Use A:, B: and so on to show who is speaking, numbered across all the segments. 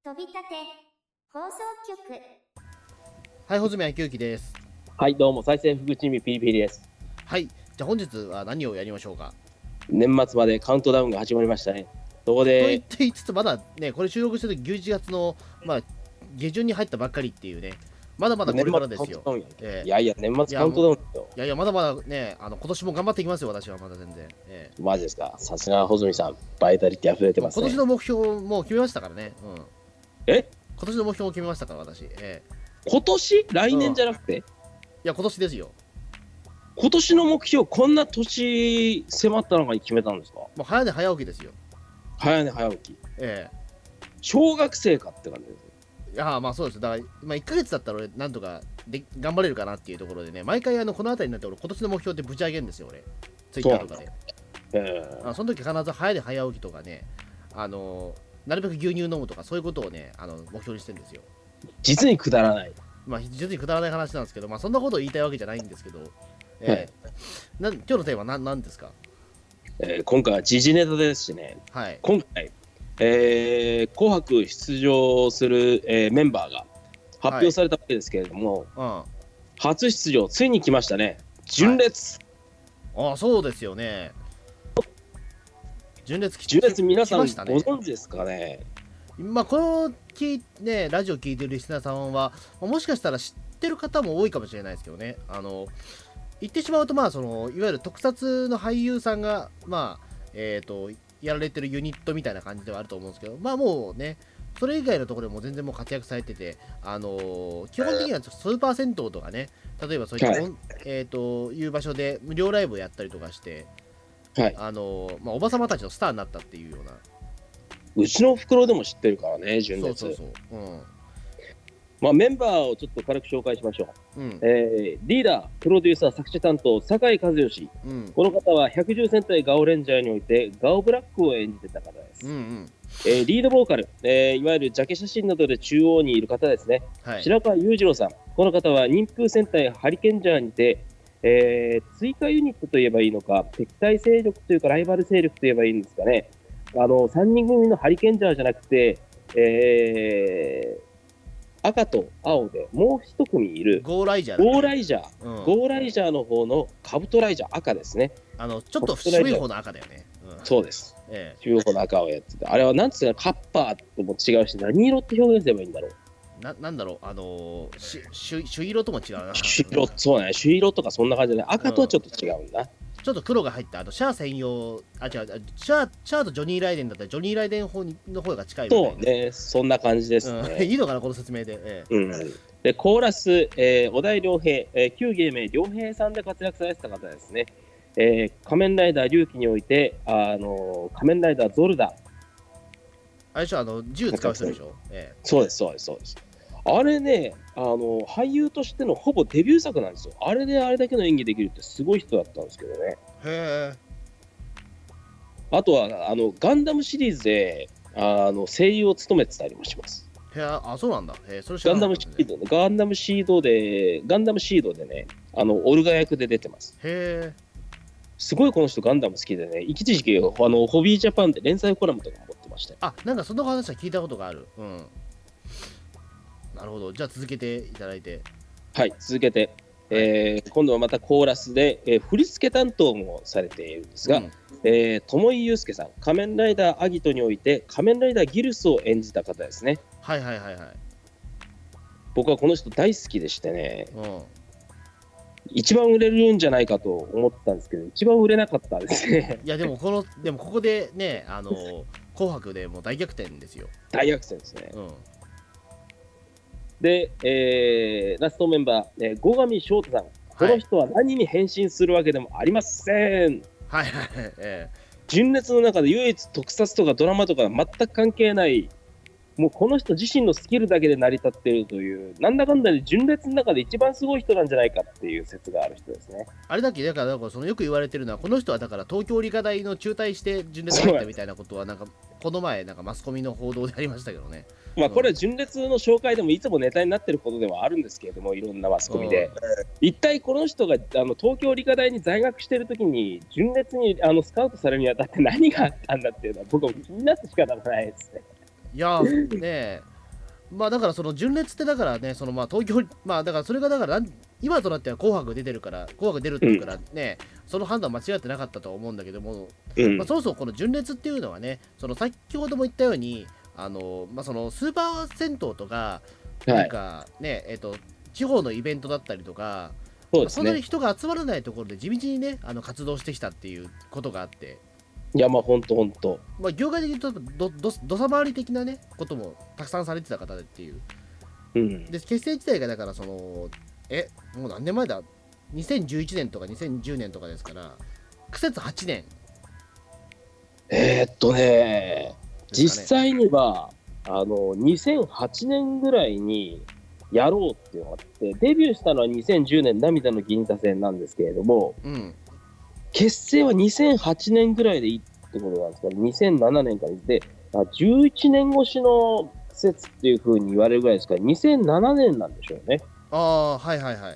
A: 飛び立て放送局。
B: はい、穂積昭之です。
C: はい、どうも再生福チームピリピリです。
B: はい、じゃあ本日は何をやりましょうか。
C: 年末までカウントダウンが始まりましたね。そこ
B: と言っ
C: で
B: て言いつつ、まだね、これ収録してる時11月の、下旬に入ったばっかりっていうね、まだまだこれからですよ。
C: いやいや、年末カウントダウンですよ。
B: いやいや、まだまだね、今年も頑張っていきますよ、私はまだ全然。
C: マジですか。さすが穂積さん、バイタリティ溢れてますね。
B: 今年の目標もう決めましたからね。
C: え
B: 今年の目標を決めましたから、私。
C: 今年来年じゃなくて、
B: いや、今年ですよ。
C: 今年の目標、こんな年迫ったのが決めたんですか。
B: もう早寝早起きですよ。
C: 早寝早起き。小学生かって感じです。
B: いやまあそうです。だから、1ヶ月だったら俺、なんとかで頑張れるかなっていうところでね、毎回この辺りになって俺、今年の目標ってぶち上げるんですよ、俺。ツイッターとかで。その時必ず早寝早起きとかね、なるべく牛乳飲むとか、そういうことをね、目標にしてるんですよ。
C: 実にくだらない。
B: 実にくだらない話なんですけど、そんなことを言いたいわけじゃないんですけど、今日のテーマは何ですか。
C: 今回は時事ネタですしね、今回、紅白出場する、メンバーが発表されたわけですけれども、初出場ついに来ましたね。純烈、
B: そうですよね。純烈
C: 皆さんご存知ですかね。
B: このラジオ聞いてるリスナーさんはもしかしたら知ってる方も多いかもしれないですけどね。言ってしまうといわゆる特撮の俳優さんがやられてるユニットみたいな感じではあると思うんですけど、もうね、それ以外のところでも全然もう活躍されてて、基本的にはスーパー銭湯とかね、例えばそういった、いう場所で無料ライブをやったりとかして、おばさまたちのスターになったっていうような。
C: うちの袋でも知ってるからね、純烈。メンバーをちょっと軽く紹介しましょう。リーダー、プロデューサー、作詞担当、酒井和義。この方は110戦隊ガオレンジャーにおいてガオブラックを演じてた方です。リードボーカル、いわゆるジャケ写真などで中央にいる方ですね。白川裕次郎さん。この方は忍風戦隊ハリケンジャーにて、追加ユニットといえばいいのか、敵対勢力というかライバル勢力といえばいいんですかね。3人組のハリケンジャーじゃなくて、赤と青でもう一組いる
B: ゴーライジャ
C: ーの方のカブトライジャー赤ですね。
B: ちょっと渋い方の赤だよね。
C: そうです。渋い方の赤をやってて、あれはなんつうかカッパーとも違うし、何色って表現すればいいんだろう。
B: なんだろう、朱色とも違うな。
C: そうね、朱色とかそんな感じで、赤とはちょっと違うんだ。
B: ちょっと黒が入ったシャア専用、シャアとジョニー・ライデンだったらジョニー・ライデンの方が近いみたいな。
C: そうね、そんな感じですね。
B: いいのかな、この説明で。
C: でコーラス、小田井良平、旧芸名良平さんで活躍されてた方ですね。仮面ライダー龍騎において、仮面ライダーゾルダ。
B: あれでしょ、銃使う人でしょ。
C: そうです。あれね、俳優としてのほぼデビュー作なんですよ。あれであれだけの演技できるってすごい人だったんですけどね。あとはガンダムシリーズで声優を務めてたりもします。
B: そうなんだ。それ
C: ガンダムシードでね、オルガ役で出てます。すごいこの人ガンダム好きでね、一時期ホビージャパンで連載コラムとか持ってましたよ。
B: なんかその話は聞いたことがある。なるほど。じゃあ続けていただいて。
C: はい、続けて、今度はまたコーラスで、振り付け担当もされているんですが、友井祐介さん、仮面ライダーアギトにおいて仮面ライダーギルスを演じた方ですね。僕はこの人大好きでしてね、一番売れるんじゃないかと思ったんですけど、一番売れなかったですね。
B: いやでもここでね、紅白でもう大逆転ですよ。
C: 大逆転ですね。で、ラストメンバー、後上翔太さん。この人は何に変身するわけでもありません。純烈の中で唯一特撮とかドラマとか全く関係ない、もうこの人自身のスキルだけで成り立っているという、なんだかんだで純烈の中で一番すごい人なんじゃないかっていう説がある人ですね。
B: あれだっけ、だからそのよく言われてるのは、この人はだから東京理科大の中退して純烈に入ったみたいなことは、なんかこの前マスコミの報道でありましたけどね。
C: これは純烈の紹介でもいつもネタになってることではあるんですけれども、いろんなマスコミで、一体この人が東京理科大に在学しているときに純烈にスカウトされるにあたって何があったんだっていうのは僕も気になって仕方がないですね。
B: いやね、 まあだからその純烈ってだからね、そのまあ東京、まあだからそれがだから今となっては紅白出てるから、紅白出るっていうからね、その判断間違ってなかったとは思うんだけども、まあ、そもそもこの純烈っていうのはね、その先ほども言ったように、まあ、そのスーパー銭湯とか、なんかね、地方のイベントだったりとか、
C: そうですね、
B: そんなに人が集まらないところで地道にね、活動してきたっていうことがあって、
C: いや、まあ、ほんと。
B: まあ、業界で言うとどさ回り的なね、こともたくさんされてた方でっていう。で、結成自体がだから、その、もう何年前だ ?2011 年とか2010年とかですから、苦節8年。
C: 実際には、2008年ぐらいにやろうっていうのがあって、デビューしたのは2010年涙の銀座線なんですけれども、結成は2008年ぐらいでいいってことなんですけど、2007年からで、11年越しの施設っていう風に言われるぐらいですから、2007年なんでしょうね。
B: はい。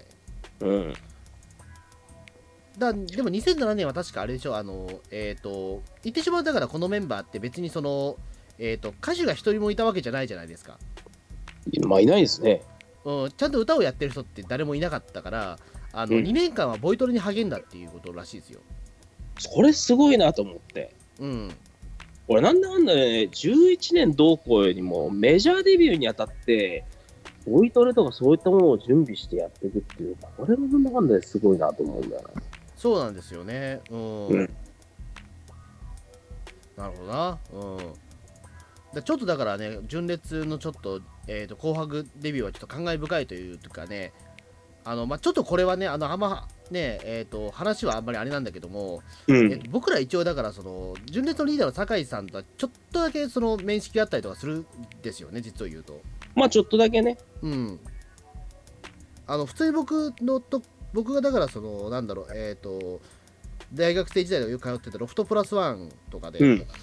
B: でも2007年は確かあれでしょ、言ってしまうだからこのメンバーって別にその、歌手が一人もいたわけじゃないじゃないですか。
C: まあいないですね。
B: ちゃんと歌をやってる人って誰もいなかったから、2年間はボイトレに励んだっていうことらしいですよ。
C: それすごいなと思って。俺なんだかんだね、11年同行よりもメジャーデビューにあたって、ボイトレとかそういったものを準備してやっていくっていう、これもなんだかんだですごいなと思うんだよな。
B: そうなんですよね。なるほどな。ちょっとだからね、純烈のちょっと、紅白デビューはちょっと感慨深いというかね、まあ、ちょっとこれはね、あんまね、話はあんまりあれなんだけども、僕ら一応だから、その、純烈のリーダーの酒井さんとはちょっとだけその面識があったりとかするんですよね、実を言うと。
C: まあ、ちょっとだけね。
B: 普通に僕がだから、その、なんだろう、大学生時代でよく通ってたロフトプラスワンとかで、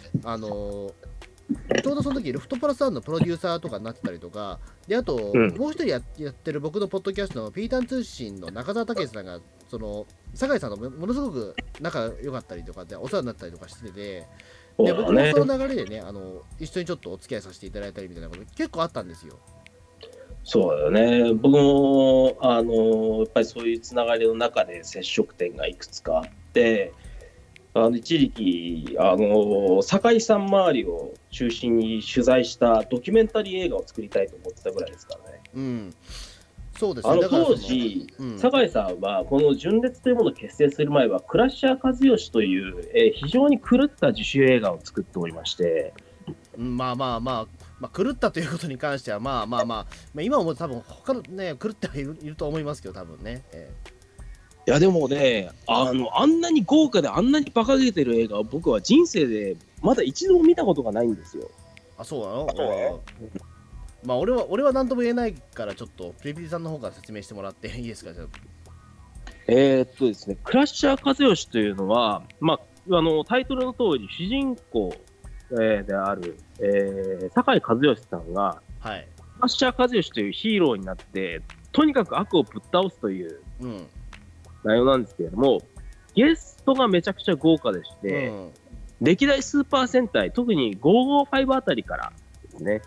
B: ちょうどその時ロフトプラスワンのプロデューサーとかになってたりとかで、あと、もう一人やってる僕のポッドキャストのピータン通信の中澤武さんがその酒井さんのものすごく仲良かったりとかでお世話になったりとかしてて、で僕もその流れでね、一緒にちょっとお付き合いさせていただいたりみたいなこと結構あったんですよ。
C: そうだよね。僕もやっぱりそういうつながりの中で接触点がいくつかあって、一時期酒井さん周りを中心に取材したドキュメンタリー映画を作りたいと思ってたぐらいですからね。
B: そうですね。
C: 当時、酒井さんはこの純烈というものを結成する前はクラッシャー和義という、非常に狂った自主映画を作っておりまして、
B: まあ狂ったということに関してはまあ今も多分他のね狂ってはいると思いますけど、多分ね。
C: いやでもね、あんなに豪華であんなに馬鹿げてる映画を僕は人生でまだ一度も見たことがないんですよ。
B: そうなの？まあ俺は何とも言えないからちょっとピリピリさんの方から説明してもらっていいですか？じゃあ
C: ですね、クラッシャー和義というのは、まあ、タイトルの通り主人公、である、酒井和義さんが、クラッシャー和義というヒーローになってとにかく悪をぶっ倒すという内容なんですけれども、ゲストがめちゃくちゃ豪華でして、歴代スーパー戦隊、特に555あたりからですね。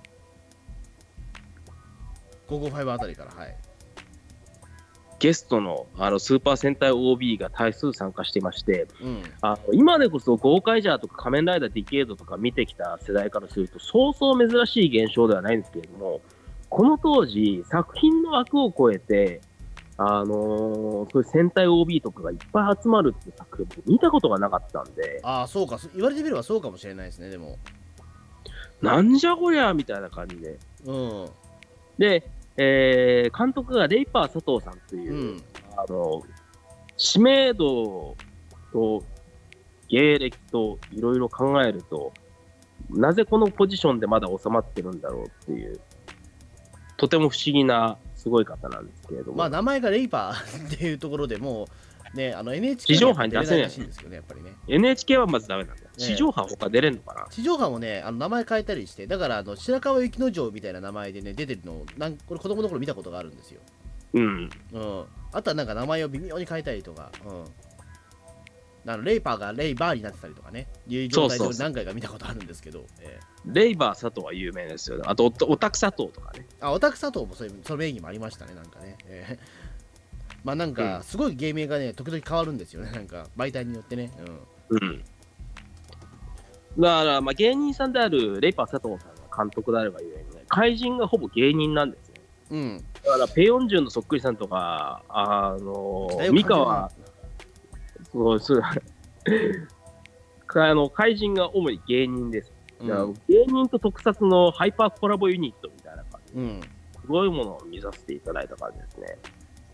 B: 555あたりから、
C: ゲストのスーパー戦隊 OB が多数参加していまして、今でこそゴーカイジャーとか仮面ライダーディケイドとか見てきた世代からするとそうそう珍しい現象ではないんですけれども、この当時作品の枠を超えてそういう戦隊 OB とかがいっぱい集まるっていう作品見たことがなかったんで。
B: そうか、言われてみればそうかもしれないですね。でも
C: なんじゃこりゃみたいな感じで、で、監督がレイパー佐藤さんという、知名度と芸歴といろいろ考えるとなぜこのポジションでまだ収まってるんだろうっていう、とても不思議なすごい方なんですけれども、
B: 名前がレイパーっていうところでもうね、NHK
C: 地上波に出せない
B: らしいんですけどね、やっぱりね。
C: NHK はまずダメなんだよ。地上波他出れんのかな？
B: 地上波もね、名前変えたりして、だから白川雪之丞みたいな名前でね出てるのをこれ子供の頃見たことがあるんですよ。あとはなんか名前を微妙に変えたりとか。 レイパーがレイバーになってたりとかね、いう状態で何回か見たことあるんですけど、
C: レイバー佐藤は有名ですよね。あとオタク佐藤とかね。
B: オタク佐藤もその名義もありましたね、なんかね。まあなんかすごい芸名がね時々変わるんですよね、なんか媒体によってね。
C: だからまあ芸人さんであるレイパー佐藤さんが監督であればゆえにね、怪人がほぼ芸人なんですね。だからペヨンジュンのそっくりさんとか三河怪人が主に芸人です。芸人と特撮のハイパーコラボユニットみたいな感じ、すごいものを見させていただいた感じですね。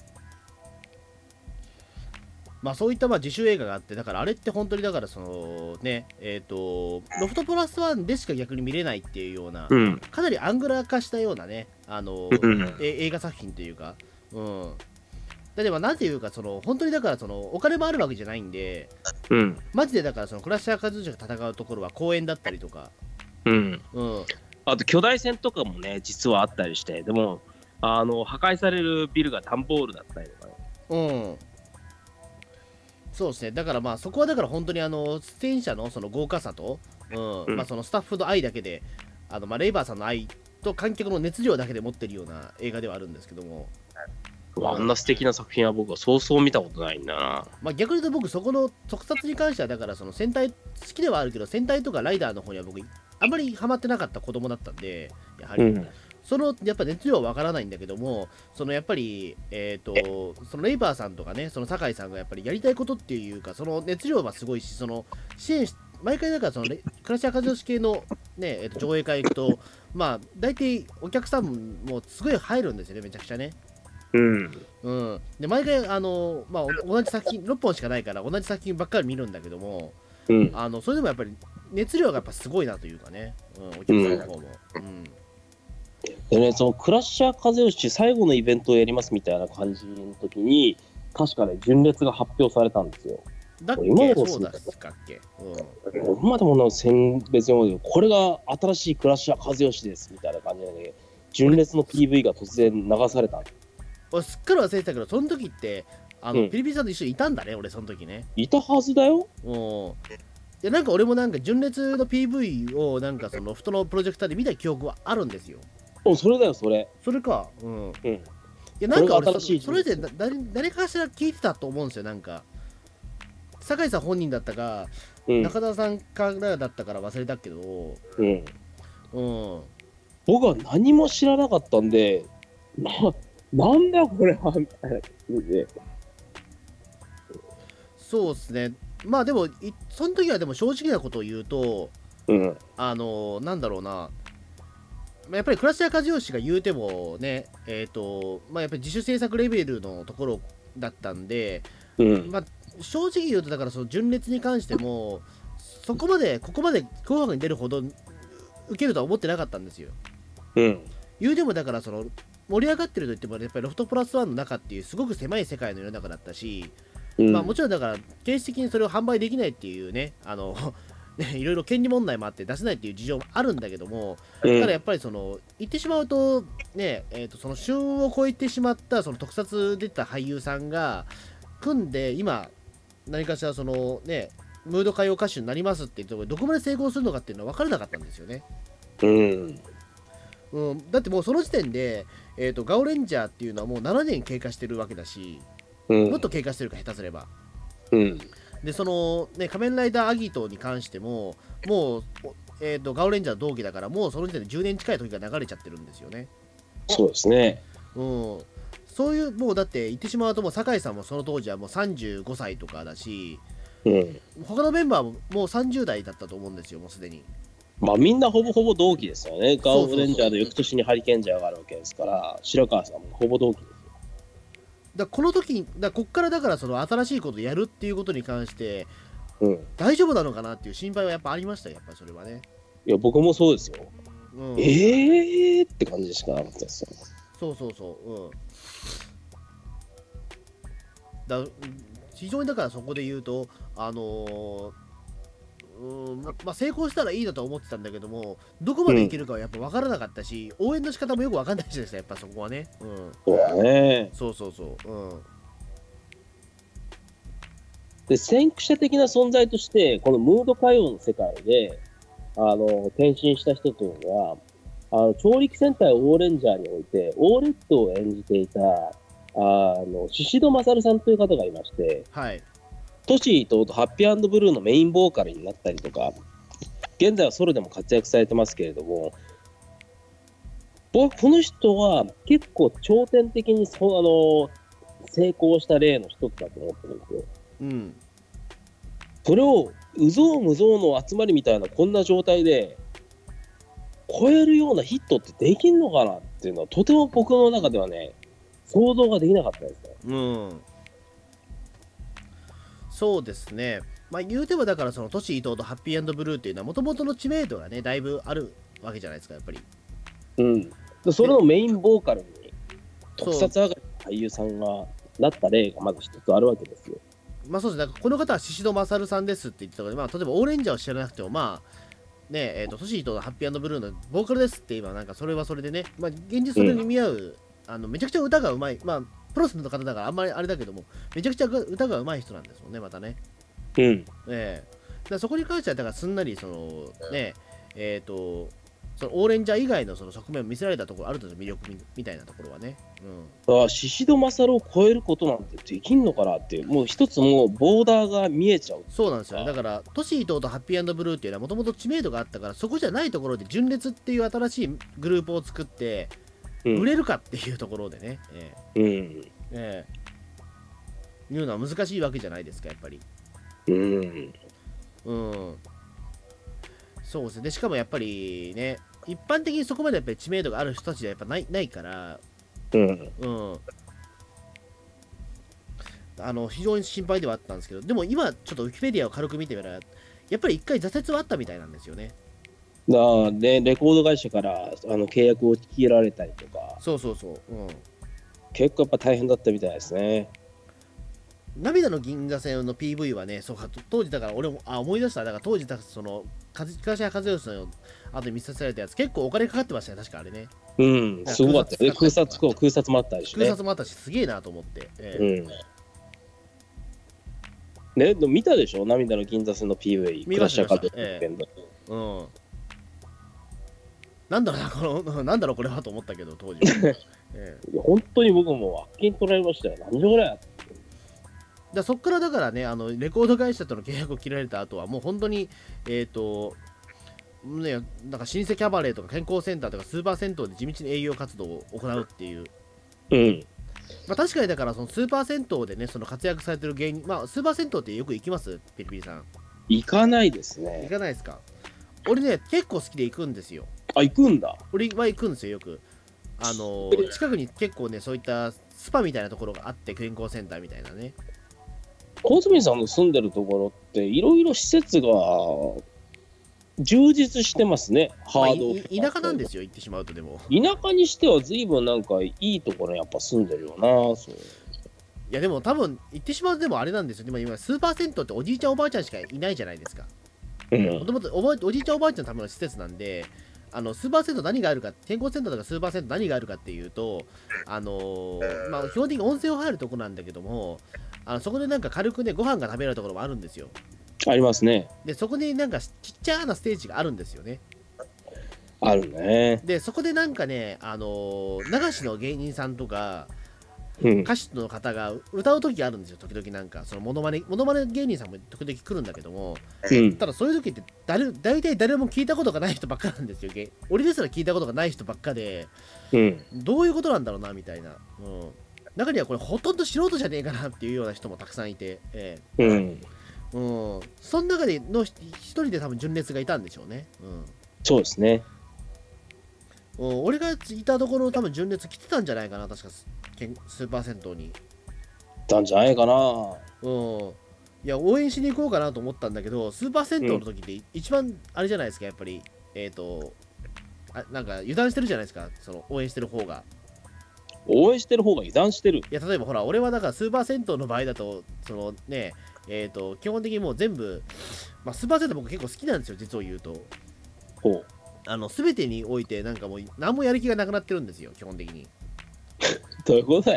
B: まあそういった自主映画があって、だからあれって本当にだからそのねロフトプラスワンでしか逆に見れないっていうような、かなりアングラー化したようなね映画作品というか、だってなんていうかその本当にだからそのお金もあるわけじゃないんで、マジでだからそのクラッシャーカズーシが戦うところは公園だったりとか、
C: あと巨大船とかもね実はあったりして、でも破壊されるビルが段ボールだったりとかね。
B: そうですね。だからまあそこはだから本当に出演者のその豪華さと、まあそのスタッフの愛だけでレイバーさんの愛と観客の熱量だけで持ってるような映画ではあるんですけども、
C: あんな素敵な作品は僕はそうそう見たことないんだな。
B: まあ逆に言うと僕そこの特撮に関してはだからその戦隊好きではあるけど、戦隊とかライダーの方には僕あんまりハマってなかった子供だったんで、やはり、そのやっぱ熱量はわからないんだけども、そのやっぱりそのレイバーさんとかね、その酒井さんがやっぱりやりたいことっていうか、その熱量はすごいし、その支援し毎回だからそのクラッシャーカズヨシ系のね上映会行くと、まあ大体お客さんもすごい入るんですよね、めちゃくちゃね。で毎回まあ同じ作品6本しかないから同じ作品ばっかり見るんだけども、それでもやっぱり熱量がやっぱすごいなというかね、お客さんの方も。
C: でね、そのクラッシャーカズヨシ最後のイベントをやりますみたいな感じの時に、確かね純烈が発表されたんですよ。
B: だっけ、そうだっけ。
C: 今でも選別にこれが新しいクラッシャーカズヨシですみたいな感じで、純烈の PV が突然流された。
B: 俺すっかり忘れてたけど、その時ってピリピリさんと一緒にいたんだね、俺その時ね。
C: いたはずだよ。
B: いやなんか俺もなんか純烈の PV をなんかそのロフトのプロジェクターで見た記憶はあるんですよ。
C: それだよ、それ
B: か。いやなんか俺それで誰かしら聞いてたと思うんですよ。なんか酒井さん本人だったか、中田さんからだったから忘れたけど、
C: 僕は何も知らなかったんで、なんだこれはみたいな感じで。
B: そうですね。まあでもその時はでも正直なことを言うと、なんだろうな、やっぱりクラッシャーカズヨシが言うてもね、まあやっぱり自主制作レベルのところだったんで、まあ正直言うとだからその純烈に関してもここまで紅白に出るほど受けるとは思ってなかったんですよ。言うてもだからその盛り上がってると言ってもやっぱりロフトプラスワンの中っていうすごく狭い世界の世の中だったし、まあもちろんだから形式的にそれを販売できないっていうねいろいろ権利問題もあって出せないっていう事情もあるんだけども、ただやっぱりその言ってしまうとね、その旬を超えてしまったその特撮出た俳優さんが組んで今何かしらそのねムード歌謡歌手になりますっていうところでどこまで成功するのかっていうのは分からなかったんですよね。だってもうその時点で、ガオレンジャーっていうのはもう7年経過してるわけだし、もっと経過してるか下手すれば。でそのね仮面ライダーアギトに関してももう、ガオレンジャー同期だからもうその時点で10年近い時が流れちゃってるんですよね。
C: そうですね。
B: そういうもうだって言ってしまうともう酒井さんもその当時はもう35歳とかだし、他のメンバーももう30代だったと思うんですよ、もうすでに。
C: まあみんなほぼほぼ同期ですよね。ガオレンジャーの翌年にハリケンジャーがあるわけですから、白川さんもほぼ同期ですよ。
B: この時こっからだからその新しいことやるっていうことに関して、大丈夫なのかなっていう心配はやっぱありましたよ、やっぱりそれはね。
C: いや僕もそうですよ。って感じしかなかったですよ。
B: 非常にだからそこで言うとまあ成功したらいいなと思ってたんだけども、どこまでいけるかはやっぱ分からなかったし、応援の仕方もよく分かんないしでした、やっぱそこはね。
C: そうだね。 で先駆者的な存在としてこのムード歌謡の世界で転身した人というのは超力戦隊オーレンジャーにおいてオーレットを演じていた宍戸勝さんという方がいまして、
B: はい、
C: トシ伊藤とハッピー&ブルーのメインボーカルになったりとか、現在はソロでも活躍されてますけれども、この人は結構頂点的に成功した例の一つだと思ってるんですよ。
B: うん、
C: それを有象無象の集まりみたいなこんな状態で超えるようなヒットってできんのかなっていうのはとても僕の中ではね想像ができなかったですね。
B: うん、そうですね。まあ言うてもだからそのトシ伊藤とハッピー&ブルーっていうのはもともとの知名度がねだいぶあるわけじゃないですかやっぱり。
C: うん。それのメインボーカルに特撮上がりの俳優さんがなった例がまず一つあるわけですよ。
B: まあそうですね。だからこの方は宍戸勝さんですって言ってたから、まあ例えばオーレンジャーを知らなくてもまあねトシ伊藤とハッピー&ブルーのボーカルですって今なんかそれはそれでね、まあ現実それに見合う、めちゃくちゃ歌がうまい、まあプロスの方だからあんまりあれだけどもめちゃくちゃ歌がうまい人なんですもんねまたね。
C: うん。
B: だそこに関してはだからすんなりそのねそのオーレンジャー以外のその側面を見せられたところあると魅力みたいなところはね。
C: 宍戸勝を超えることなんてできんのかなっていうもう一つもうボーダーが見えちゃう。
B: そうなんですよ。だからトシ伊藤とハッピー&ブルーっていうのはもともと知名度があったからそこじゃないところで純烈っていう新しいグループを作って売れるかっていうところでね、いうのは難しいわけじゃないですかやっぱり。そうですね。でしかもやっぱりね一般的にそこまでやっぱり知名度がある人たちはやっぱないから、非常に心配ではあったんですけど、でも今ちょっとウィキペディアを軽く見てみたらやっぱり一回挫折はあったみたいなんですよね。
C: レコード会社から契約を引き入れられたりとか、結構やっぱ大変だったみたいですね。
B: 涙の銀河線の PV はね、そうか当時だから俺も思い出した。だから当時その東谷和義さんの後に見させられたやつ結構お金かかってましたね確かあれね。
C: すごかったね。空撮もあったりしね。
B: 空撮もあったしすげえなと思って。
C: ね、でも見たでしょ涙の銀座線の PV。
B: 見ました。なんだろうこれはと思ったけど当時。
C: 本当に僕もあっけに取られましたよ。何時ぐらい
B: そっからだからねレコード会社との契約を切られた後はもう本当になんか老舗キャバレーとか健康センターとかスーパー銭湯で地道に営業活動を行うっていう。確かにだからそのスーパー銭湯でねその活躍されてる芸人、スーパー銭湯ってよく行きますピリピリさん。
C: 行かないですね。
B: 行かないですか。俺ね結構好きで行くんですよ。
C: 行くんだ。
B: 俺は行くんですよよく。近くに結構ねそういったスパみたいなところがあって健康センターみたいなね。
C: 小泉さんの住んでるところっていろいろ施設が充実してますね。ハード
B: 田舎なんですよ言ってしまうと。でも
C: 田舎にしては随分なんかいいところにやっぱ住んでるよな。そうい
B: やでも多分言ってしまうとでもあれなんですよ。でも今スーパー銭湯っておじいちゃんおばあちゃんしかいないじゃないですか。もともとおじいちゃんおばあちゃんのための施設なんでスーパー銭湯何があるか健康センターとかスーパー銭湯何があるかっていうと基本的に温泉を入るとこなんだけどもそこでなんか軽くねご飯が食べられるところもあるんですよ。
C: ありますね。
B: でそこになんかちっちゃなステージがあるんですよね。
C: あるね。
B: でそこでなんかね流しの芸人さんとか、歌手の方が歌う時あるんですよ時々。なんかそのモノマネ芸人さんも時々来るんだけども、ただそういう時って大体誰も聞いたことがない人ばっかなんですよ。俺ですら聞いたことがない人ばっかで、どういうことなんだろうなみたいな。中にはこれほとんど素人じゃねえかなっていうような人もたくさんいて、その中での一人で多分純烈がいたんでしょうね。
C: そうですね。
B: 俺がいたところ多分純烈来てたんじゃないかな確かスーパー銭湯に。
C: たんじゃないかな。
B: いや応援しに行こうかなと思ったんだけどスーパー銭湯の時って一番あれじゃないですかやっぱりなんか油断してるじゃないですかその応援してる方が。
C: 応援してる方が油断してる。
B: いや例えばほら俺はだからスーパー銭湯の場合だとそのね基本的にもう全部、スーパー銭湯僕結構好きなんですよ実を言うと。全てにおいてなんかもう何もやる気がなくなってるんですよ基本的に。
C: どういうことだよ。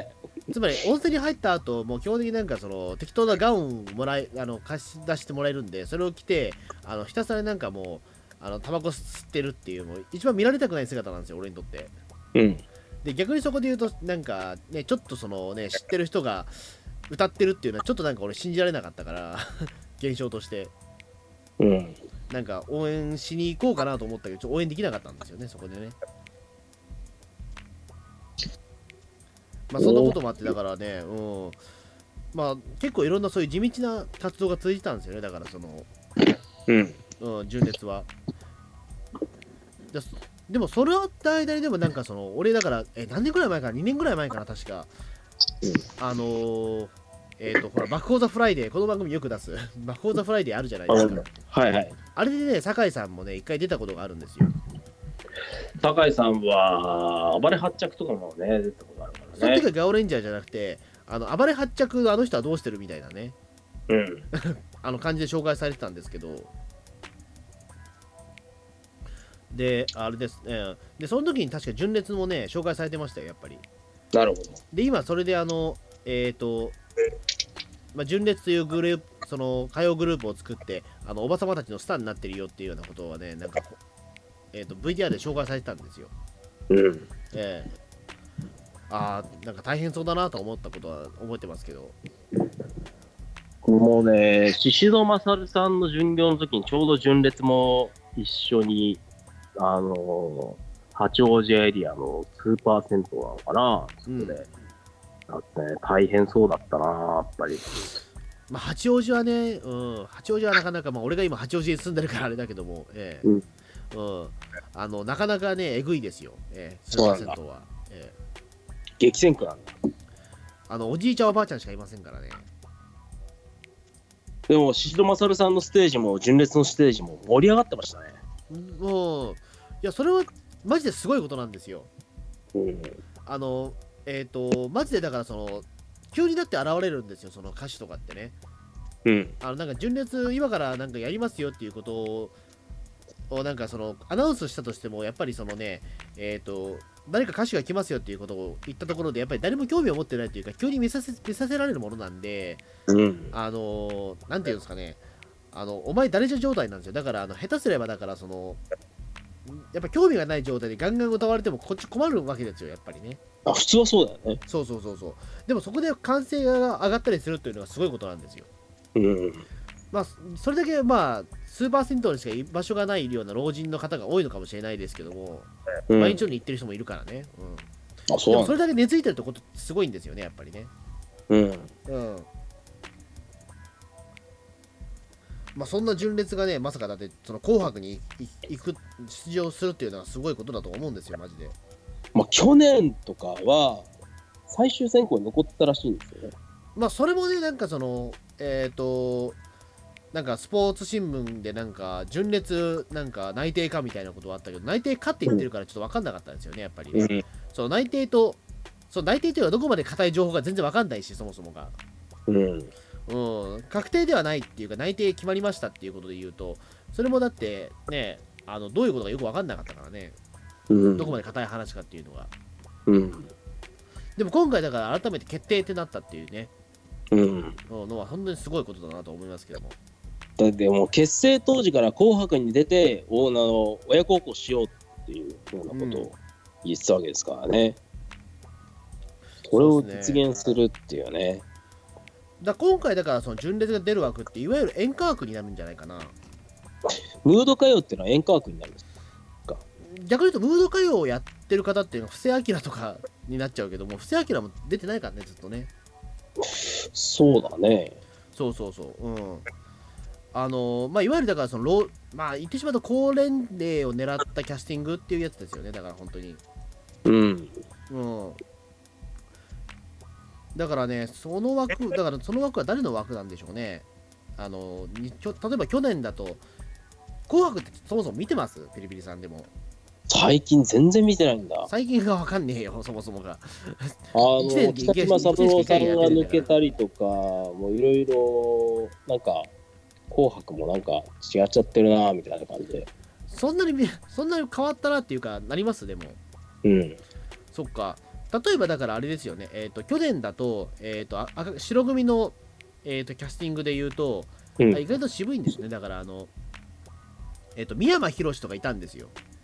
B: つまり温泉に入った後もう基本的になんかその適当なガウン貸し出してもらえるんで、それを着てひたすらなんかもうタバコ吸ってるっていう、もう一番見られたくない姿なんですよ、俺にとって。で逆にそこで言うとなんかね、ちょっとそのね、知ってる人が歌ってるっていうのはちょっとなんか俺信じられなかったから現象として、なんか応援しに行こうかなと思ったけど応援できなかったんですよね、そこでね。まあそんなこともあって、だからね、まあ結構いろんなそういう地道な活動が続いてたんですよね、だからその純烈は。でもそれは間にでもなんかその俺だから何年ぐらい前かな、2年ぐらい前かな確か、ほらバック・オー・ザ・フライデー、この番組よく出すバック・オー・ザ・フライデーあるじゃないですか。
C: はいはい。
B: あれでね、酒井さんもね一回出たことがあるんですよ。
C: 酒井さんは暴れ発着とかもね出たことあるからね。
B: その時はガオレンジャーじゃなくて暴れ発着の人はどうしてるみたいなね感じで紹介されてたんですけど、であれですね、でその時に確か純烈もね紹介されてましたよ、やっぱり。
C: なるほど。
B: で今それで純烈というグループ、その歌謡グループを作っておばさまたちのスターになってるよっていうようなことはね、なんかVTR で紹介されてたんですよ。なんか大変そうだなと思ったことは覚えてますけど。
C: もうね、宍戸勝さんの巡業の時にちょうど純烈も一緒に八王子エリアのスーパー銭湯なのかな、そこで、だってね、大変そうだったな、やっぱり。
B: まあ、八王子はね、八王子はなかなか、まあ、俺が今八王子に住んでるからあれだけども、なかなかね、えぐいですよ、スーパー銭湯は。
C: 激戦区なんだ。
B: おじいちゃんおばあちゃんしかいませんからね。
C: でも、宍戸勝さんのステージも、純烈のステージも盛り上がってましたね。
B: いや、それはマジですごいことなんですよ。マジでだからその急にだって現れるんですよ、その歌手とかってね。なんか純烈今からなんかやりますよっていうことをなんかそのアナウンスしたとしても、やっぱりそのね、誰か歌手が来ますよっていうことを言ったところでやっぱり誰も興味を持ってないというか、急に見させられるものなんで、なんていうんですかね、お前誰じゃ状態なんですよ。だから下手すればだからそのやっぱ興味がない状態でガンガン歌われてもこっち困るわけですよ、やっぱりね。
C: 普通はそうだよね。
B: そう。でもそこで歓声が上がったりするというのはすごいことなんですよ。まあそれだけまあスーパー銭湯にしか居場所がないような老人の方が多いのかもしれないですけども、毎日に行ってる人もいるからね。でもそれだけ根付いてるってことすごいんですよね、やっぱりね。まあそんな純烈がね、まさかだってその紅白に出場するっていうのはすごいことだと思うんですよ、マジで。
C: まあ去年とかは最終選考に残ったらしいんですよね。
B: まあそれもね、なんかそのなんかスポーツ新聞でなんか純烈なんか内定かみたいなことはあったけど、内定かって言ってるからちょっと分かんなかったんですよね、やっぱり。その内定というのはどこまで固い情報が全然分かんないし、そもそもが。確定ではないっていうか、内定決まりましたっていうことで言うと、それもだってね、どういうことかよく分かんなかったからね、どこまで固い話かっていうのが。でも今回だから改めて決定ってなったっていうね、のは本当にすごいことだなと思いますけども。
C: だってもう結成当時から紅白に出て親孝行しようっていうようなことを言ってたわけですからね。それを実現するっていうね。
B: 今回だからその純烈が出る枠っていわゆる演歌枠になるんじゃないかな。
C: ムード歌謡っていうのは演歌枠になるんですか。
B: 逆に言うとムード歌謡をやってる方っていうのは布施明とかになっちゃうけども、布施明も出てないからね、ずっとね。
C: そうだね。
B: まあいわゆるだからそのまあ言ってしまうと高年齢を狙ったキャスティングっていうやつですよね、だから本当に。だからね、その枠は誰の枠なんでしょうね。例えば去年だと紅白ってそもそも見てます？ピリピリさんでも。
C: 最近全然見てないんだ。
B: 最近が分かんねえよ、そもそもが。
C: 北島三郎さんが抜けたりとか、もういろいろなんか紅白もなんか違っちゃってるなみたいな感じで。そんなに
B: 変わったなっていうかなりますでも。
C: うん。
B: そっか。 例えばだからあれですよね、去年だと、白組の、キャスティングで言うと、意外と渋いんですね。だから三山ひろしとかいたんですよ。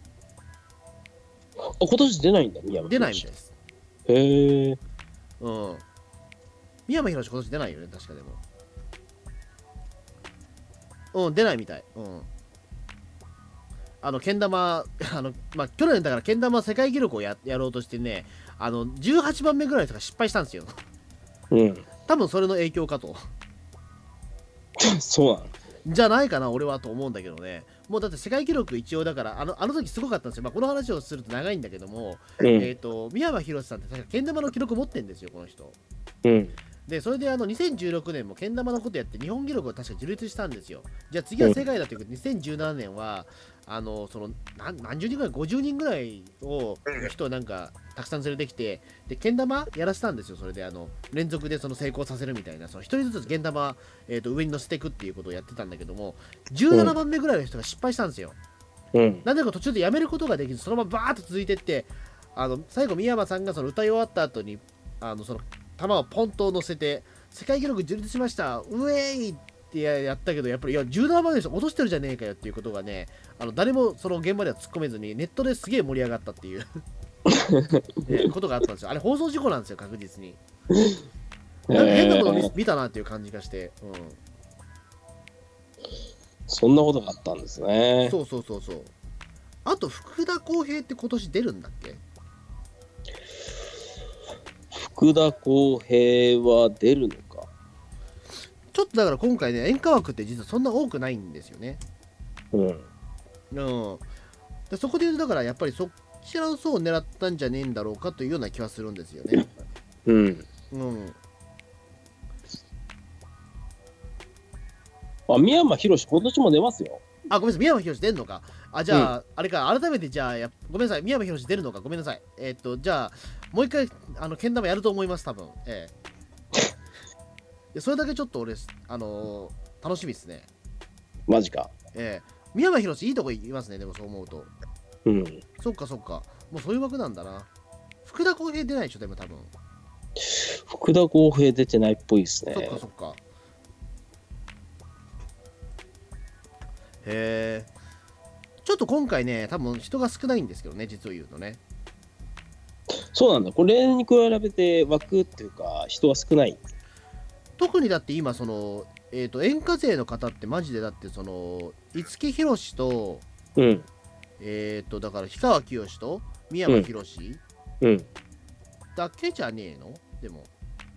C: 今年出ないんだ、三山ひろし。
B: 出ないみたいです。
C: へえ。
B: うん。三山ひろし今年出ないよね、確かでも。出ないみたい。けん玉、去年だからけん玉世界記録をやろうとしてね、18番目ぐらいとか失敗したんですよ。多分それの影響かと。
C: そうなの
B: じゃないかな、俺はと思うんだけどね。もうだって世界記録一応だから、あの時すごかったんですよ。この話をすると長いんだけども、三山ひろしさんって確かけん玉の記録持ってんですよ、この人。で、それで2016年もけん玉のことやって日本記録を確か樹立したんですよ。じゃあ次は世界だということで、2017年は、何十人ぐらい、50人ぐらいを、人をなんか、たくさん連れてきて、で、けん玉やらせたんですよ、それで、連続でその成功させるみたいな、一人ずつけん玉、上に乗せていくっていうことをやってたんだけども、17番目ぐらいの人が失敗したんですよ。なんでか途中でやめることができず、そのままバーッと続いていって、最後、三山さんがその歌い終わった後に、その、玉をポンと乗せて、世界記録樹立しました、ウェイってやったけど、やっぱり、いや、17番目の人落としてるじゃねえかよっていうことがね、誰もその現場では突っ込めずに、ネットですげえ盛り上がったっていうことがあったんですよ。あれ、放送事故なんですよ、確実に。なんか変なもの見たなっていう感じがして。
C: そんなことがあったんですね。
B: そう。あと、福田浩平って今年出るんだっけ？
C: 福田浩平は出るのか。
B: ちょっとだから今回ね、演歌枠って実はそんな多くないんですよね。でそこで言うと、だからやっぱりそちらの層を狙ったんじゃねえんだろうかというような気はするんですよね。
C: 三山ひろし今年も出ますよ。
B: ごめんなさい、三山ひろし出るのか。じゃあ、あれか、改めてじゃあごめんなさい、三山ひろし出るのか、ごめんなさい。じゃあ、もう一回、けん玉やると思います、多分。それだけちょっと俺、楽しみですね。
C: マジか。
B: 三山ひろしいいとこいますね、でもそう思うと。そっか。もうそういう枠なんだな。福田浩平出ないでしょ、でも多分。
C: 福田浩平出てないっぽいですね。
B: そっか。へえ。ちょっと今回ね、多分人が少ないんですけどね、実を言うとね。
C: そうなんだ。これ例年に比べて枠っていうか、人は少ない。
B: 特にだって今、その、演歌勢の方ってマジでだってその五木ひろしと、だから氷川きよしと三山ひろしだけじゃねえの？でも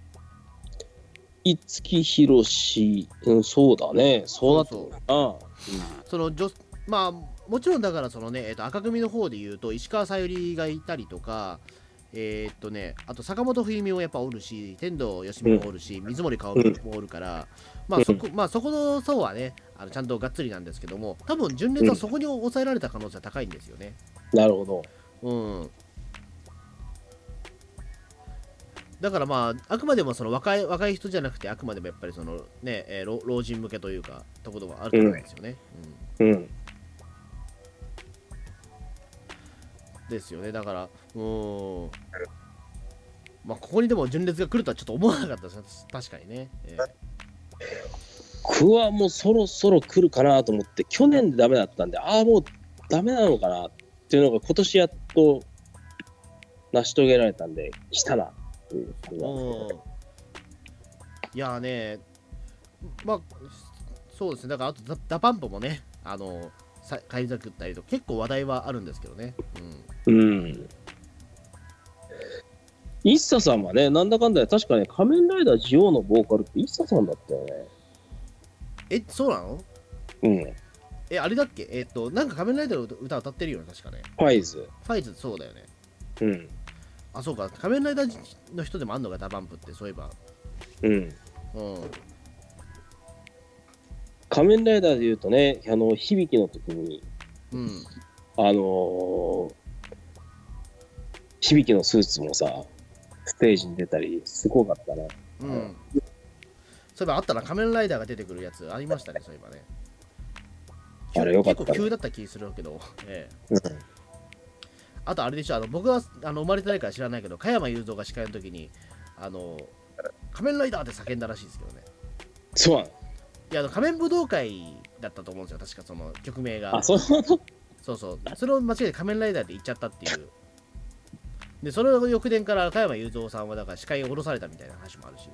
C: 五木ひろし、そうだね、そうだと。
B: そのまあもちろんだからそのね、赤組の方で言うと石川さゆりがいたりとか、あと坂本冬美もやっぱおるし、天童よしみもおるし、水森かおりもおるから、そこの層はね、ちゃんとがっつりなんですけども、多分純烈はそこに抑えられた可能性は高いんですよね。
C: なるほ
B: ど。だからあくまでもその若い人じゃなくて、あくまでもやっぱりそのね、老人向けというか、ところがあると思うんですよね。ですよね。だからここにでも純烈が来るとはちょっと思わなかったです。確かにね。
C: 僕はもうそろそろ来るかなと思って、去年でダメだったんで、もうダメなのかなっていうのが今年やっと成し遂げられたんで、来たなっていう感じなんですけど。
B: いやね、そうですね。だからあとダパンプもね、返り咲くったりと結構話題はあるんですけどね。
C: イッサさんはね、なんだかんだ確かね、仮面ライダージオウのボーカルってイッサさんだったよね。
B: そうなの？あれだっけ？なんか仮面ライダーの歌歌ってるよね、確かね。
C: ファイズ、
B: そうだよね。そうか、仮面ライダーの人でもあんのか、ダパンプって、そういえば。
C: 仮面ライダーで言うとね、響の時に、響のスーツもさ、ステージに出たり、すごかったね。
B: そういえばあったな、仮面ライダーが出てくるやつありましたね、そういえばね。
C: あれよかったね。
B: 結構急だった気するけど、 あとあれでしょ、僕は生まれてないから知らないけど、加山雄三が司会の時に仮面ライダーって叫んだらしいですけどね。
C: そうなの？
B: いや、仮面武道会だったと思うんですよ、確かその曲名が。
C: そうそう。
B: それを間違えて仮面ライダーって言っちゃったっていう。で、それを翌年から加山雄三さんはだから司会を下ろされたみたいな話もあるし。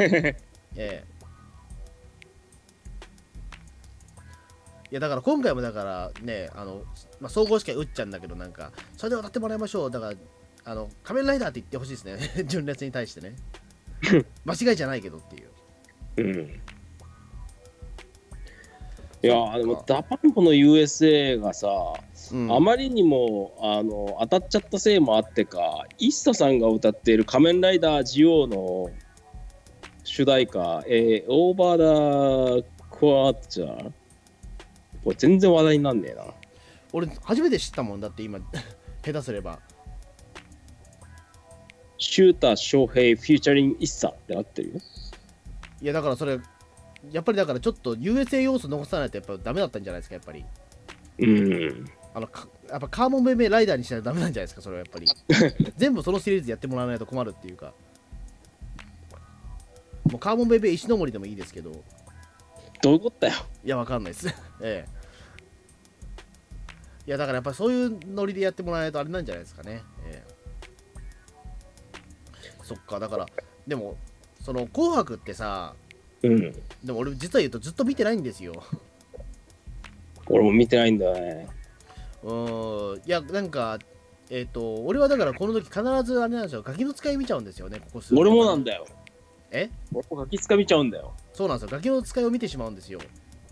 B: いやだから今回もだからね、総合司会うっちゃんだけど、なんかそれで歌ってもらいましょう。だから仮面ライダーって言ってほしいですね。純烈に対してね。間違いじゃないけどっていう。
C: いやでもダパンプの USA がさ、あまりにも当たっちゃったせいもあってか、ＩＳＳAさんが歌っている仮面ライダージオーの主題歌、オーバーダクワッチャー、これ全然話題になんねえな。
B: 俺初めて知ったもんだって今下手すれば
C: シューター翔平フューチャリングＩＳＳAってなってるよ。
B: いやだからそれやっぱりだからちょっと USA 要素残さないとやっぱダメだったんじゃないですか、やっぱり。やっぱカーモンベイベーライダーにしないとダメなんじゃないですか、それはやっぱり。全部そのシリーズやってもらわないと困るっていうか。もうカーモンベイベー石の森でもいいですけど。
C: どういうことだよ。
B: いや、わかんないです。いや、だからやっぱりそういうノリでやってもらわないとあれなんじゃないですかね。そっか、だから、でも、その紅白ってさ、でも俺実は言うとずっと見てないんですよ。
C: 俺も見てないんだよね。
B: いや、なんか、俺はだからこの時必ずあれなんですよ、ガキの使い見ちゃうんですよね、ここ数年。
C: 俺もなんだよ。
B: 俺
C: もガキ使い見ちゃうんだよ。
B: そうなんですよ、ガキの使いを見てしまうんですよ。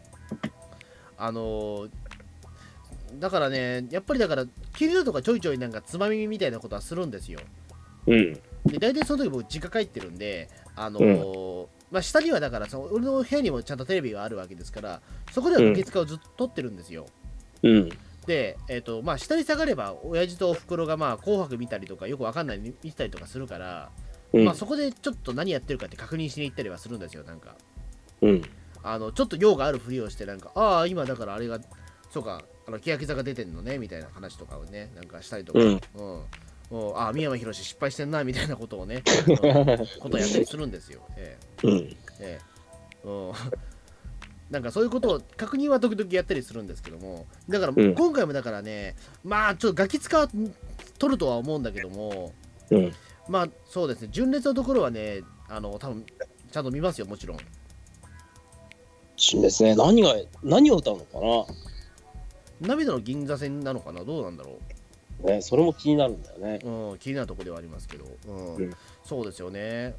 B: だからね、やっぱりだから、給料とかちょいちょいなんかつまみみたいなことはするんですよ。で、大体その時僕、実家帰ってるんで、まあ、下にはだから俺の部屋にもちゃんとテレビがあるわけですから、そこではガキ使をずっと撮ってるんですよ。で、まあ、下に下がれば、親父とおふくろがまあ紅白見たりとか、よくわかんない見てたりとかするから、まあ、そこでちょっと何やってるかって確認しに行ったりはするんですよ、なんか。ちょっと用があるふりをして、なんか、ああ、今だからあれが、そうか、欅坂出てんのね、みたいな話とかをね、なんかしたりとか、ああ、三山ひろし失敗してんな、みたいなことをね、ことをやったりするんですよ。なんかそういうことを確認は時々やったりするんですけども、だから今回もだからね、まあちょっとガキ使取るとは思うんだけども、まあそうですね、純烈のところはね、多分ちゃんと見ますよ、もちろん。
C: 純烈ね、何を歌うのかな。
B: 涙の銀座線なのかな、どうなんだろう。
C: ね、それも気になるんだよね。
B: 気になるところではありますけど、そうですよね。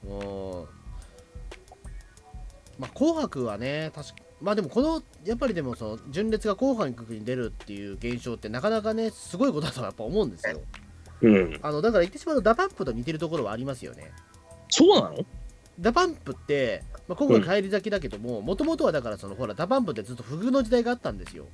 B: まあ、紅白はね、まあでもやっぱりでもその純烈が紅白に出るっていう現象ってなかなかね、すごいことだとやっぱ思うんですよ。だから言ってしまうとダパンプと似てるところはありますよね。
C: そうなの？
B: ダパンプって、まあ、今回帰り咲きだけども、もともとはだからほらダパンプってずっと不遇の時代があったんですよ。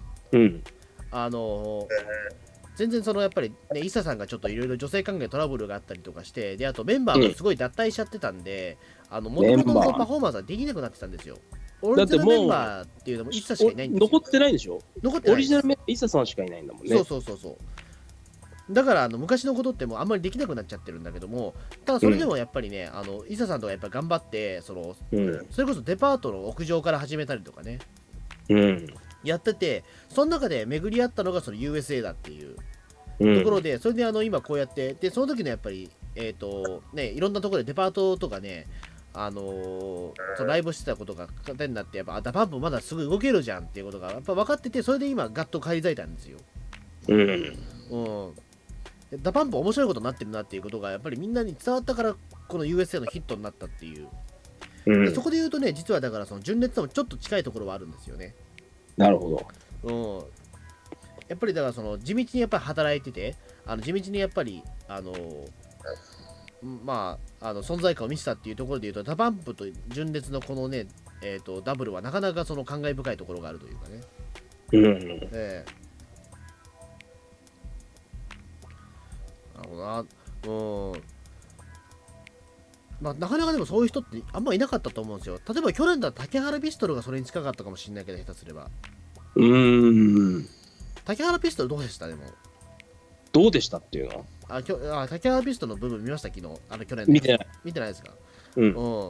B: 全然やっぱりね、イサさんがちょっといろいろ女性関係トラブルがあったりとかして、で、あとメンバーがすごい脱退しちゃってたんで、もともとのパフォーマンスはできなくなってたんですよ。オリジナルメンバーっていうのもイサしかいないんですよ。
C: 残ってないでしょ？
B: 残ってない。
C: オリジナルメンバーイサさんしかいないんだもんね。
B: そう。だから昔のことってもうあんまりできなくなっちゃってるんだけども、ただそれでもやっぱりね、イサさんとかやっぱ頑張って、それこそデパートの屋上から始めたりとかね。やってて、その中で巡り合ったのがその USA だっていうところで、それで今こうやって、で、その時のやっぱり、ね、いろんなところでデパートとかね、そのライブしてたことが糧になって、やっぱダパンプまだすぐ動けるじゃんっていうことがやっぱ分かってて、それで今、ガッと返り咲いたんですよ。ダパンプ面白いことになってるなっていうことが、やっぱりみんなに伝わったから、この USA のヒットになったっていう。そこで言うとね、実はだからその純烈ともちょっと近いところはあるんですよね。
C: なるほど。
B: やっぱりだから地道にやっぱり働いてて、地道にやっぱりまあ存在感を見せたっていうところで言うと、ダパンプと純烈のこのね、ダブルはなかなか感慨深いところがあるというかね。なるほどな。まあ、なかなかでもそういう人ってあんまいなかったと思うんですよ。例えば去年だったら竹原ピストルがそれに近かったかもしれないけど、下手すれば。竹原ピストルどうでした？でも
C: どうでしたっていうの
B: 竹原ピストルの部分見ました、昨日。去年
C: 見てない。
B: 見てないですか。
C: うん。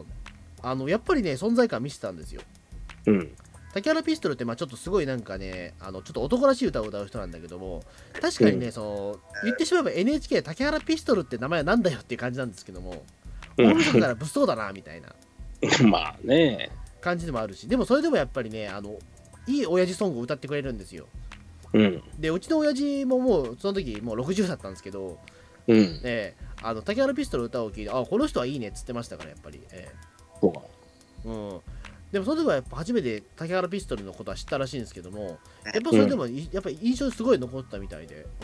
B: やっぱりね、存在感見せたんですよ。
C: うん。
B: 竹原ピストルって、ちょっとすごいなんかね、ちょっと男らしい歌を歌う人なんだけども、確かにね、言ってしまえば NHK 竹原ピストルって名前はなんだよっていう感じなんですけども、大晦日から物騒だなみたいな
C: まあね、
B: 感じでもあるし、でもそれでもやっぱりね、いい親父ソングを歌ってくれるんですよ。
C: うん。
B: で、うちの親父ももうその時もう60だったんですけど、
C: うん。
B: 竹原ピストルの歌を聴いて、この人はいいねっつってましたから、やっぱり。
C: そうか。
B: うん。でもその時はやっぱ初めて竹原ピストルのことは知ったらしいんですけども、やっぱそれでも、やっぱ印象すごい残ったみたいで、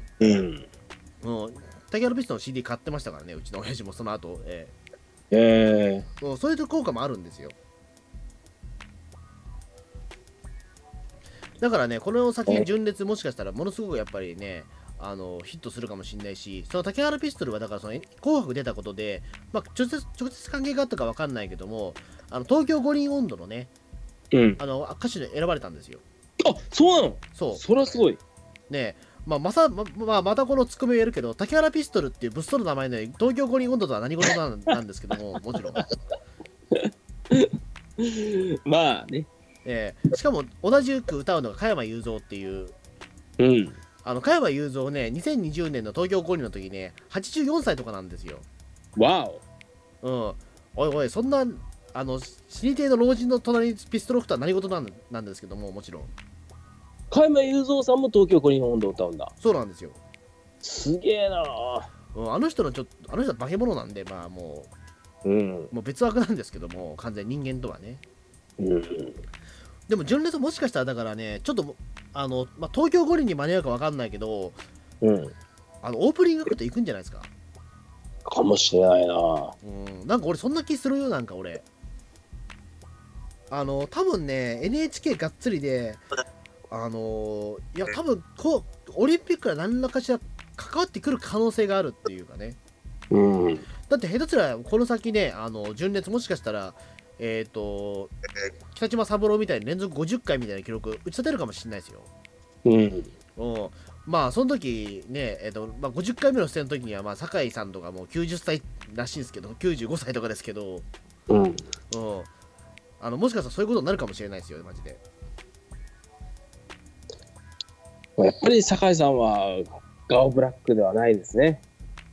B: 竹原ピストルの CD 買ってましたからね、うちの親父もその後、そういう効果もあるんですよ。だからね、この先純烈もしかしたらものすごくやっぱりね、ヒットするかもしれないし、その竹原ピストルはだからその紅白出たことで、直接関係があったか分かんないけども、東京五輪温度のね、歌手で選ばれたんですよ。
C: あ、そうなの。
B: そう。
C: それはすごい。
B: ねまたこのツッコミをやるけど、竹原ピストルっていう物騒な名前の東京五輪温度とは何事なんですけども、もちろん。
C: まあね。
B: しかも同じく歌うのが加山雄三っていう、加山雄三ね、2020年の東京五輪の時ね、84歳とかなんですよ。
C: わ
B: お。おいおい、そんな、死にていの老人の隣にピストルを吹くとは何事なんですけども、もちろん。
C: 加山雄三さんも東京五輪の温度を歌うんだ。
B: そうなんですよ。
C: すげえな。
B: あの人は化け物なんで、もう別枠なんですけども、完全人間とはね。でも純烈もしかしたらだからね、ちょっと東京五輪に間に合うか分かんないけど、オープニングアクト行くんじゃないですか。
C: かもしれないな。
B: なんか俺そんな気するよ。なんか俺多分ね NHK がっつりでいや多分オリンピックから何らかしら関わってくる可能性があるっていうかね。だって下手すらこの先ね純烈もしかしたら北島三郎みたいに連続50回みたいな記録打ち立てるかもしれないですよ。その時ね、50回目の出演の時には酒井さんとかもう90歳らしいんですけど、95歳とかですけど、もしかしたらそういうことになるかもしれないですよ、マジで。
C: やっぱり酒井さんはガオブラックではないですね。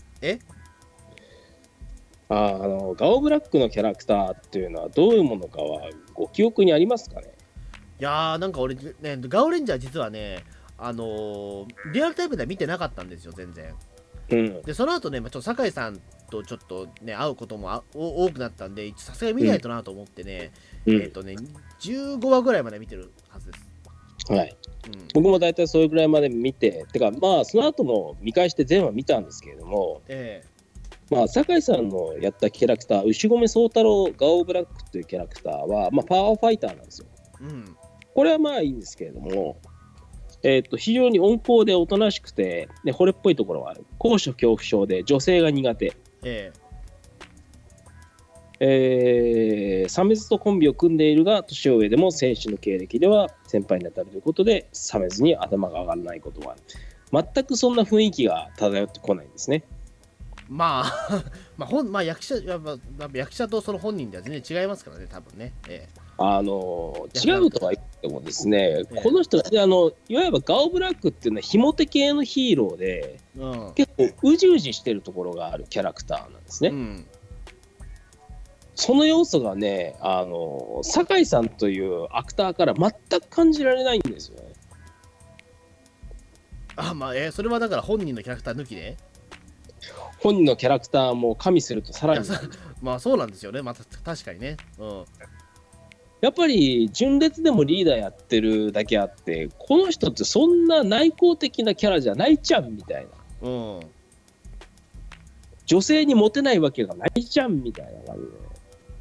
C: ガオブラックのキャラクターっていうのはどういうものかはご記憶にありますかね。
B: いやーなんか俺ね、ガオレンジャー実はね、リアルタイムでは見てなかったんですよ、全然。で、その後ね、ちょっと酒井さんとちょっとね、会うことも多くなったんで、さすがに見ないとなと思ってね、15話ぐらいまで見てるはずです。
C: はい。僕も大体それぐらいまで見て、てかその後も見返して全話見たんですけれども、酒井さんのやったキャラクター、牛込宗太郎ガオブラックというキャラクターは、パワーファイターなんですよ。これはいいんですけれども、非常に温厚でおとなしくて、惚れっぽいところがある。高所恐怖症で女性が苦手。サメズとコンビを組んでいるが、年上でも選手の経歴では先輩に当たるということで、サメズに頭が上がらないことはある。全くそんな雰囲気が漂ってこないんですね。
B: 役者とその本人では全然違いますからね、多分ね。
C: 違うとは言ってもですね、この人いわゆるガオブラックっていうのはひも手系のヒーローで、結構うじうじしてるところがあるキャラクターなんですね。その要素がね、酒井さんというアクターから全く感じられないんですよね。
B: それはだから本人のキャラクター抜きで
C: 本人のキャラクターも加味するとさらに
B: そうなんですよね。確かにね。
C: やっぱり純烈でもリーダーやってるだけあって、この人ってそんな内向的なキャラじゃないじゃんみたいな、女性にモテないわけがないじゃんみたいな感じで、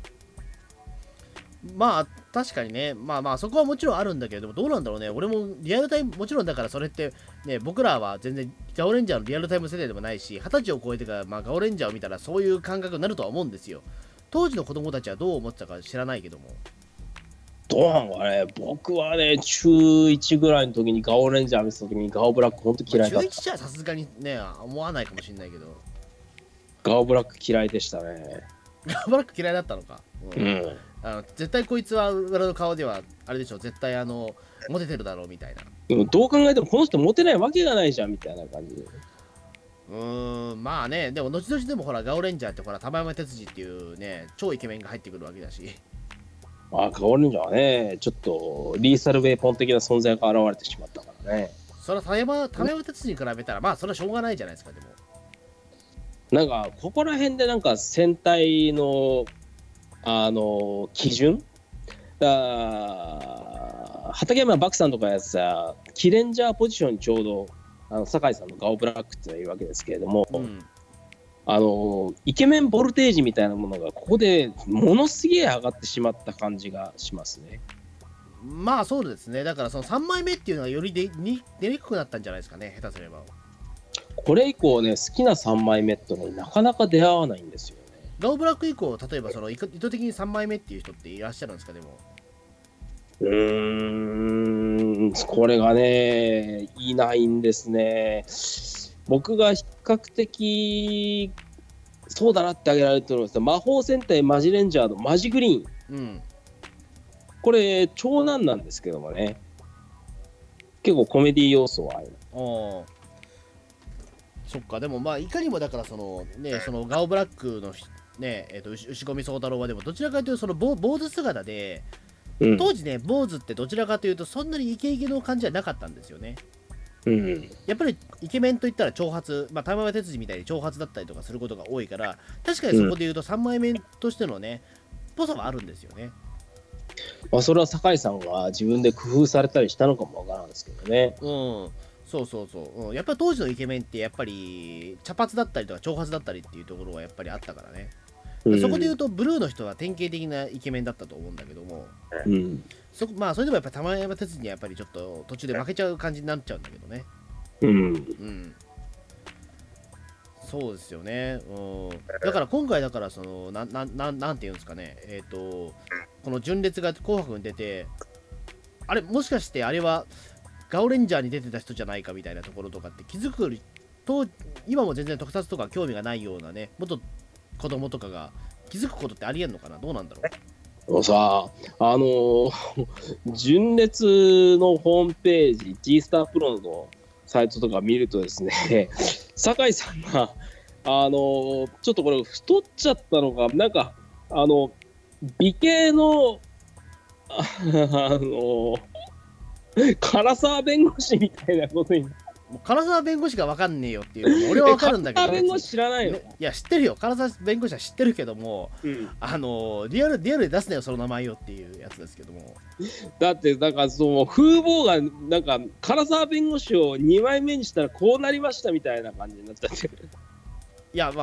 B: 確かにね、そこはもちろんあるんだけど、どうなんだろうね。俺もリアルタイム、もちろんだからそれってね、僕らは全然ガオレンジャーのリアルタイム世代でもないし、20歳を超えてからガオレンジャーを見たらそういう感覚になるとは思うんですよ。当時の子供たちはどう思ってたか知らないけども。
C: どうなのかね、僕はね、中1ぐらいの時にガオレンジャー見てた時にガオブラック本当嫌いだった。
B: 中1じゃさすがにね、思わないかもしれないけど。
C: ガオブラック嫌いでしたね。
B: ガオブラック嫌いだったのか。
C: うん。
B: 絶対こいつは裏の顔では、あれでしょ、絶対モテてるだろうみたいな。
C: でもどう考えてもこの人モテないわけがないじゃんみたいな感じで。
B: まあね、でも後々でもほら、ガオレンジャーってほら、玉山哲司っていうね、超イケメンが入ってくるわけだし。
C: ガオレンジャーはね、ちょっとリーサルウェイポン的な存在が現れてしまったからね。
B: それは玉山哲司に比べたら、まあそれはしょうがないじゃないですか、でも。
C: なんか、ここら辺でなんか戦隊の、基準畠山漠さんとかやつさ、キレンジャーポジションにちょうど酒井さんのガオブラックっていうのがいるわけですけれども、イケメンボルテージみたいなものがここでものすげえ上がってしまった感じがしますね。
B: まあそうですね。だからその3枚目っていうのはより出にくくなったんじゃないですかね、下手すれば。
C: これ以降ね、好きな3枚目ってのになかなか出会わないんですよね。
B: ガオブラック以降、例えばその意図的に3枚目っていう人っていらっしゃるんですか、でも。
C: これがね、いないんですね。僕が比較的そうだなってあげられてるのは魔法戦隊マジレンジャーのマジグリーン、これ長男なんですけどもね、結構コメディ要素はある。
B: そっか。でもまあいかにもだからそのガオブラックのね、牛込宗太郎はでもどちらかというとその坊主姿で、当時ね、坊主ってどちらかというとそんなにイケイケの感じはなかったんですよね。やっぱりイケメンといったら長髪、まあ玉山哲司みたいに長髪だったりとかすることが多いから、確かにそこで言うと3枚目としてのね、ぽさはあるんですよね。
C: まあそれは酒井さんが自分で工夫されたりしたのかもわからんですけどね。
B: そう、やっぱり当時のイケメンってやっぱり茶髪だったりとか長髪だったりっていうところはやっぱりあったからね。そこで言うとブルーの人は典型的なイケメンだったと思うんだけども、まあそれでもやっぱり玉山哲司にはやっぱりちょっと途中で負けちゃう感じになっちゃうんだけどね。そうですよね。だから今回だからそのなんていうんですかね、この純烈が紅白に出て、あれもしかしてあれはガオレンジャーに出てた人じゃないかみたいなところとかって気づくと、今も全然特撮とか興味がないようなね、元子供とかが気づくことってありえんのかな、どうなんだろう。
C: さ純烈のホームページ G スタープロのサイトとか見るとですね、酒井さんがちょっとこれ太っちゃったのがなんか美形の唐沢弁護士みたいなことになって、
B: 唐沢弁護士が分かんねえよっていうの俺は分かるんだけど、
C: 唐沢弁護士知らないの？
B: いや知ってるよ、唐沢弁護士は知ってるけども、リアルで出すなよその名前よっていうやつですけども、
C: だってなんかその風貌がなんか唐沢弁護士を2枚目にしたらこうなりましたみたいな感じになっちゃってる。
B: いやま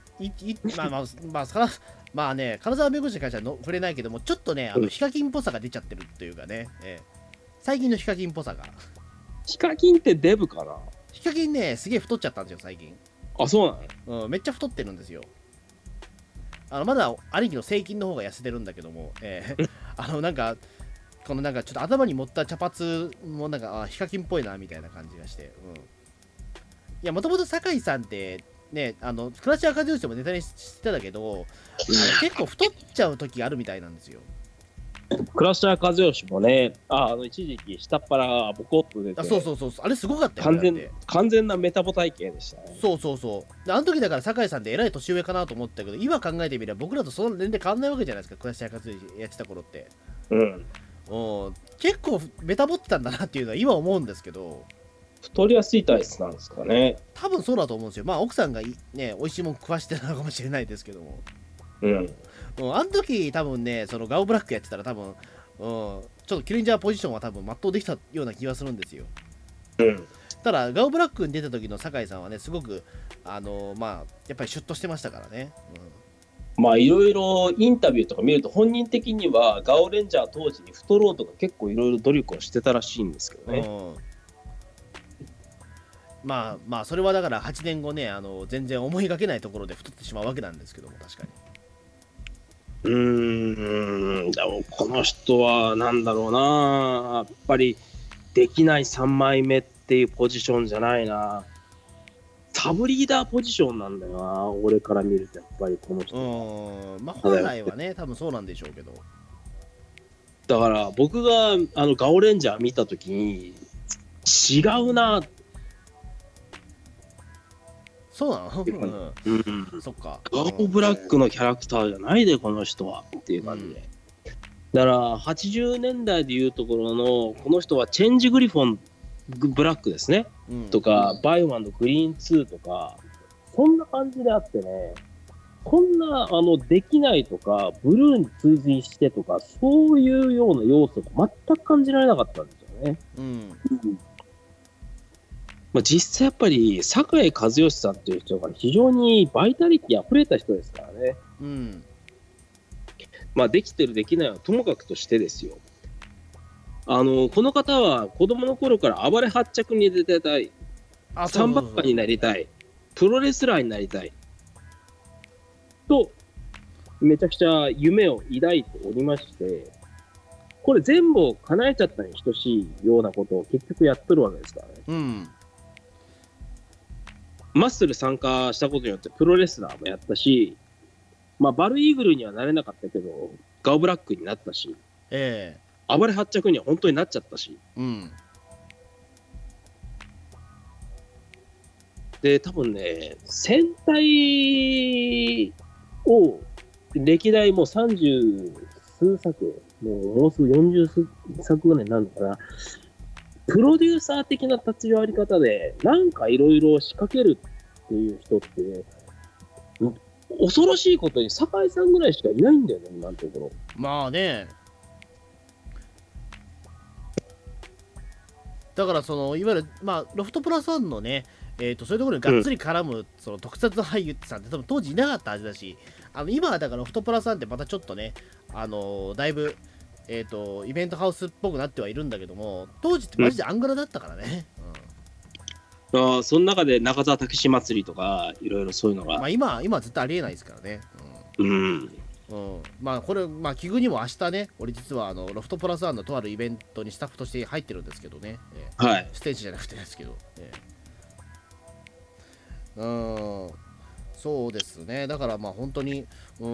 B: あね、唐沢弁護士に関しては触れないけども、ちょっとねヒカキンっぽさが出ちゃってるというかね、最近のヒカキンっぽさが。
C: ヒカキンってデブかな？
B: ヒカキンね、すげえ太っちゃったんですよ、最近。
C: あ、そうな
B: の？めっちゃ太ってるんですよ。まだ兄貴の正金の方が痩せてるんだけども、なんか、このなんかちょっと頭に持った茶髪もなんか、ヒカキンっぽいなみたいな感じがして。いや、もともと酒井さんって、ね、クラッシャーカズヨシもネタにしてたけど、結構太っちゃう時あるみたいなんですよ。
C: クラッシャー和義もね、一時期下っ腹ボコッと出て、
B: そう、あれすごかったよね。
C: 完全なメタボ体型でしたね。
B: そうあの時だから酒井さんってえらい年上かなと思ったけど、今考えてみれば僕らとその年齢変わんないわけじゃないですか、クラッシャー和義やってた頃って。結構メタボってたんだなっていうのは今思うんですけど、
C: 太りやすい体質なんですかね。
B: 多分そうだと思うんですよ。まあ奥さんがね、美味しいもん食わしてたのかもしれないですけども。あの時多分ね、そのガオブラックやってたら多分、ちょっとキリンジャーポジションは多分全うできたような気がするんですよ。ただガオブラックに出た時の酒井さんはね、すごくやっぱりシュッとしてましたからね。
C: まあいろいろインタビューとか見ると本人的にはガオレンジャー当時に太ろうとか結構いろいろ努力をしてたらしいんですけどね。
B: まあそれはだから8年後ね、全然思いがけないところで太ってしまうわけなんですけども、確かに。
C: でもこの人はなんだろうな、やっぱりできない3枚目っていうポジションじゃないな。サブリーダーポジションなんだよな、俺から見るとやっぱりこの人。
B: まあ本来はね、多分そうなんでしょうけど。
C: だから僕がガオレンジャー見たときに違うな。
B: そうなの？そっか。
C: ガオブラックのキャラクターじゃないでこの人はっていう感じで。だから80年代でいうところのこの人はチェンジグリフォンブラックですね、とかバイオマンのグリーン2とかそんな感じであってね、こんなできないとかブルーに追随してとかそういうような要素が全く感じられなかったんですよね。まあ、実際やっぱり堺和義さんという人が非常にバイタリティあふれた人ですからね。まあできてるできないはともかくとしてですよ。この方は子供の頃から暴れ発着に出てたい、サンバッカになりたい、プロレスラーになりたいとめちゃくちゃ夢を抱いておりまして、これ全部を叶えちゃったに等しいようなことを結局やっとるわけですからね。マッスル参加したことによってプロレスラーもやったし、まあ、バルイーグルにはなれなかったけどガオブラックになったし、暴れ発着には本当になっちゃったし、で多分ね戦隊を歴代もう30数作、もうすぐ40作ぐらいになるのかな、プロデューサー的な立ち回り方でなんかいろいろ仕掛けるっていう人って、恐ろしいことに堺さんぐらいしかいないんだよね、今のところ。
B: まあね、だからそのいわゆる、まあ、ロフトプラスワンのね、そういうところにがっつり絡む、その特撮俳優さんって多分当時いなかったはずだし、今はだからロフトプラスワンってまたちょっとね、だいぶ、イベントハウスっぽくなってはいるんだけども、当時ってマジでアングラだったからね。
C: その中で中澤武史祭りとかいろいろそういうのが、
B: まあ今は絶対ありえないですからね。まあこれ、まあ奇遇にも明日ね、俺実はロフトプラスワンのとあるイベントにスタッフとして入ってるんですけどね、ステージじゃなくてですけど、そうですね、だからまあ本当に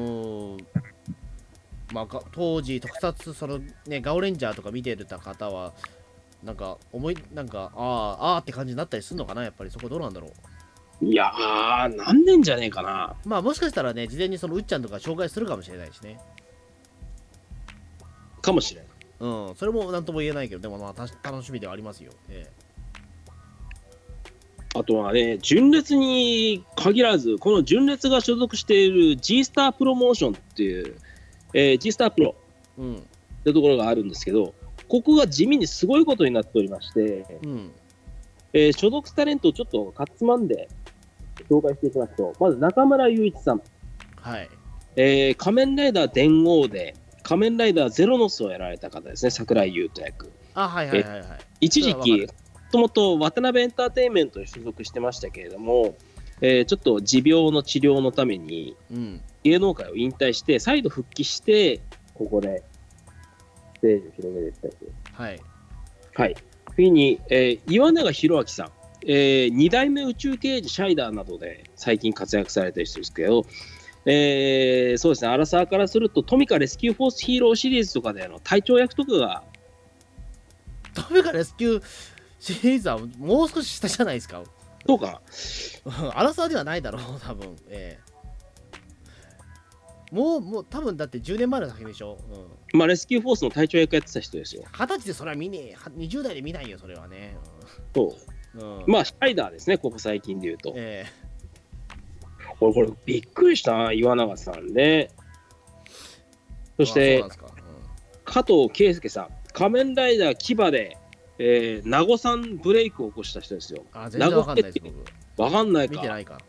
B: まあ当時特撮そのねガオレンジャーとか見てた方はなんかなんかあーって感じになったりするのかな、やっぱりそこどうなんだろう。
C: いやー、なんでんじゃねえかな。
B: まあもしかしたらね、事前にそのうっちゃんとか紹介するかもしれないしね。
C: かもしれない。
B: それもなんとも言えないけど、でもまあ楽しみではありますよ。
C: あとはね、純烈に限らず、この純烈が所属している G スタープロモーションっていう、G スタープロってところがあるんですけど、ここが地味にすごいことになっておりまして、所属タレントをちょっとかっつまんで紹介していきますと、まず中村雄一さん、仮面ライダー電王で仮面ライダーゼロノスをやられた方ですね、桜井優斗役。一時期もともと渡辺エンターテインメントに所属してましたけれども、ちょっと持病の治療のために芸能界を引退して再度復帰してここでステージを広げていった人。次に、岩永洋明さん、2代目宇宙刑事シャイダーなどで最近活躍されている人ですけど、そうですね、アラサーからするとトミカレスキューフォースヒーローシリーズとかで隊長役とかが。
B: トミカレスキューシリーズはもう少し下じゃないですか。
C: そうか
B: アラサーではないだろう多分。もう多分だって10年前の作品でしょ。
C: まあレスキューフォースの隊長役やってた人ですよ。
B: 20歳でそれは見ねえ、20代で見ないよそれはね。
C: まあシャイダーですね、ここ最近で言うと。これびっくりしたな、岩永さんで。そして加藤圭介さん、仮面ライダー牙で名護さんブレイクを起こした人ですよ。
B: 全然わかんないです僕。
C: わかんないか。
B: 見てないか。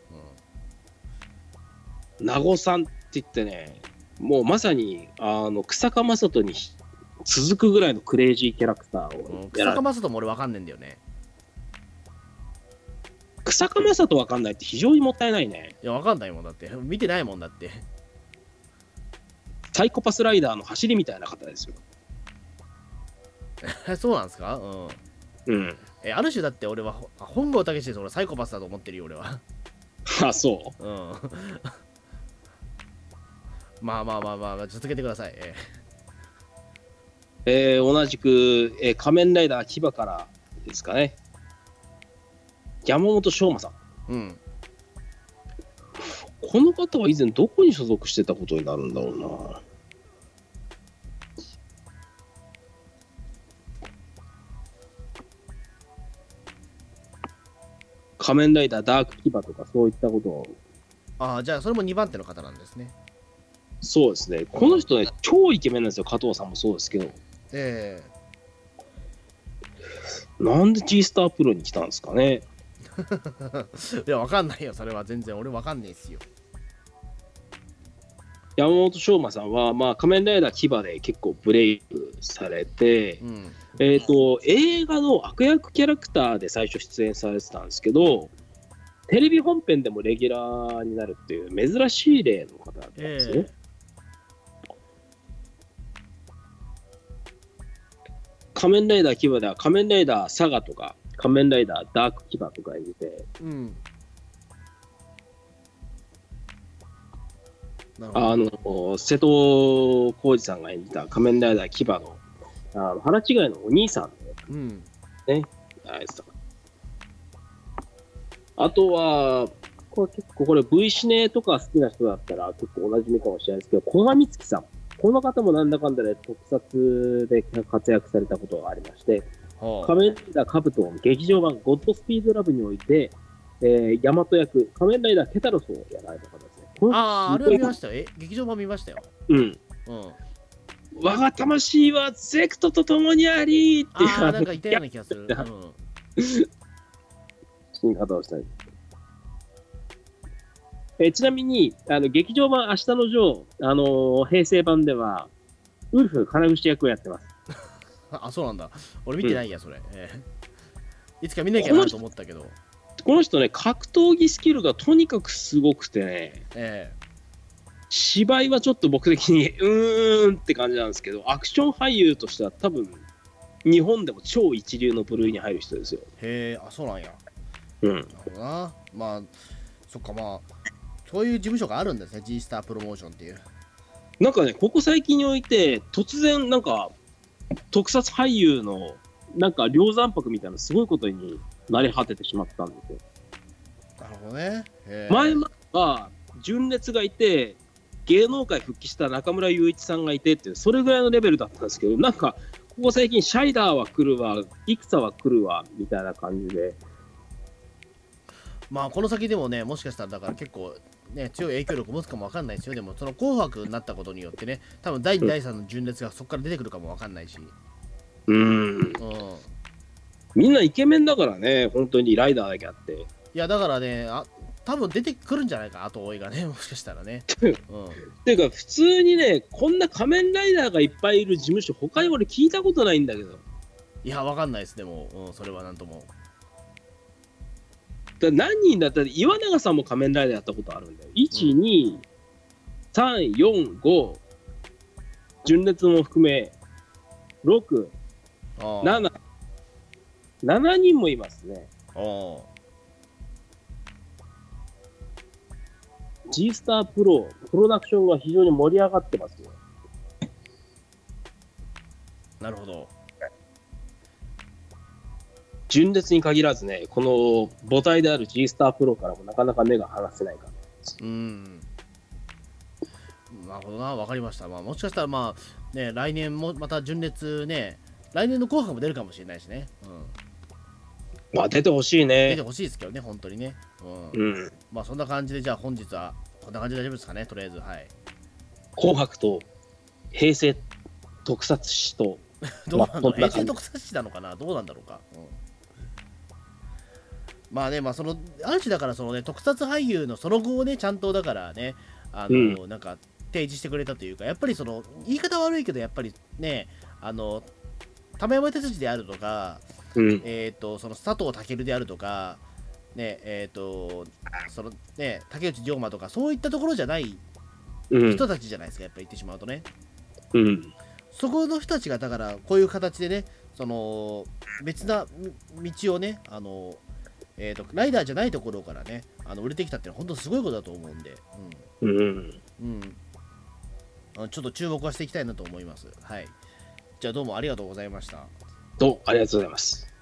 C: 名護さんって言ってね、もうまさに草加正人に続くぐらいのクレイジーキャラクターを
B: 草加正人も俺わかんねえんだよね。
C: 草加正人わかんないって非常にもったいないね。
B: いやわかんないもんだって、見てないもんだって。
C: サイコパスライダーの走りみたいな方ですよ。
B: そうなんですか？
C: うん。
B: ある種だって俺は本郷武史です。俺サイコパスだと思ってるよ俺は。
C: あ、そ
B: う。まあ続けてください。
C: 同じく、仮面ライダー牙からですかね。山本翔馬さん。この方は以前どこに所属してたことになるんだろうな。仮面ライダーダーク牙とかそういったことを。
B: ああ、じゃあそれも2番手の方なんですね。
C: そうですね。この人ね、超イケメンなんですよ。加藤さんもそうですけど。なんで G スタープロに来たんですかね。
B: いや、わかんないよ。それは全然俺わかんないですよ。
C: 山本翔馬さんは、まあ、仮面ライダー牙で結構ブレイクされて、映画の悪役キャラクターで最初出演されてたんですけど、テレビ本編でもレギュラーになるっていう珍しい例の方だったんですよね。仮面ライダー牙では仮面ライダーサガとか仮面ライダーダーク牙とか演じて、瀬戸康史さんが演じた仮面ライダー牙の腹違いのお兄さんね、あとはこれ V シネとか好きな人だったら結構おなじみかもしれないですけど、古賀美月さん、この方もなんだかんだで特撮で活躍されたことがありまして、仮面ライダーカブトの劇場版ゴッドスピードラブにおいて、大和役仮面ライダーケタロスをやられた方ですね。
B: あれは見ましたよ。劇場版見ましたよ。
C: 我が魂はゼクトと共にありっていう、
B: なんか言ったような気がする。
C: 死に方をしたり。ちなみに劇場版明日のジョー、平成版ではウルフ金串役をやってます。
B: あ、そうなんだ。俺見てないや、それ。いつか見なきゃなと思ったけど。
C: この人ね、格闘技スキルがとにかくすごくてね、芝居はちょっと僕的にって感じなんですけど、アクション俳優としては多分日本でも超一流の部類に入る人ですよ。
B: へえ、あ、そうなんや。なるほどな。まあ、そっか、まあそういう事務所があるんですね、 G スタープロモーションっていう。
C: なんかね、ここ最近において突然なんか特撮俳優のなんか梁山泊みたいなすごいことになり果ててしまったんですよ。
B: なるほどね。
C: 前は純烈がいて芸能界復帰した中村雄一さんがいてっていうそれぐらいのレベルだったんですけど、なんかここ最近シャイダーは来るわ、戦は来るわみたいな感じで、
B: まあこの先でもね、もしかしたらだから結構ね、強い影響力を持つかもわかんないですよ。でもその紅白になったことによってね、多分第2、第3の純烈がそこから出てくるかもわかんないし。
C: みんなイケメンだからね、本当にライダーだけあって。い
B: やだからね、多分出てくるんじゃないか、後追いがね、もしかしたらね。
C: っていうか普通にね、こんな仮面ライダーがいっぱいいる事務所他に俺聞いたことないんだけど。
B: いや、わかんないです。でも、それはなんとも。
C: だ何人だったら岩永さんも仮面ライダーやったことあるんだよ。1、2、3、4、5、純烈も含め6、7、7人もいますね。G スタープロダクションが非常に盛り上がってますよ。
B: なるほど。
C: 純烈に限らずね、この母体である G スタープロからもなかなか目が離せないから。
B: なるほどな、わかりました。まあ、もしかしたらまあね、来年もまた純烈ね、来年の紅白も出るかもしれないしね。
C: まあ出てほしいね。
B: 出てほしいですけどね、本当にね。まあそんな感じで、じゃあ本日はこんな感じで大丈夫ですかね、とりあえず。はい。
C: 紅白と平成特撮誌と
B: どうなんだろう、平成特撮誌なのかな、どうなんだろうか。まあね、まあそのある種だからそのね、特撮俳優のその後をね、ちゃんとだからね、なんか提示してくれたというか、やっぱりその言い方悪いけど、やっぱりね、玉山哲司であるとか、その佐藤健であるとか、ね、そのね、竹内涼真とか、そういったところじゃない人たちじゃないですか、やっぱ言ってしまうとね。
C: うん、
B: そこの人たちがだからこういう形でね、その別な道をね、ライダーじゃないところからね、売れてきたってのは本当すごいことだと思うんで、ちょっと注目はしていきたいなと思います。はい。じゃあどうもありがとうございました。
C: どうもありがとうございます。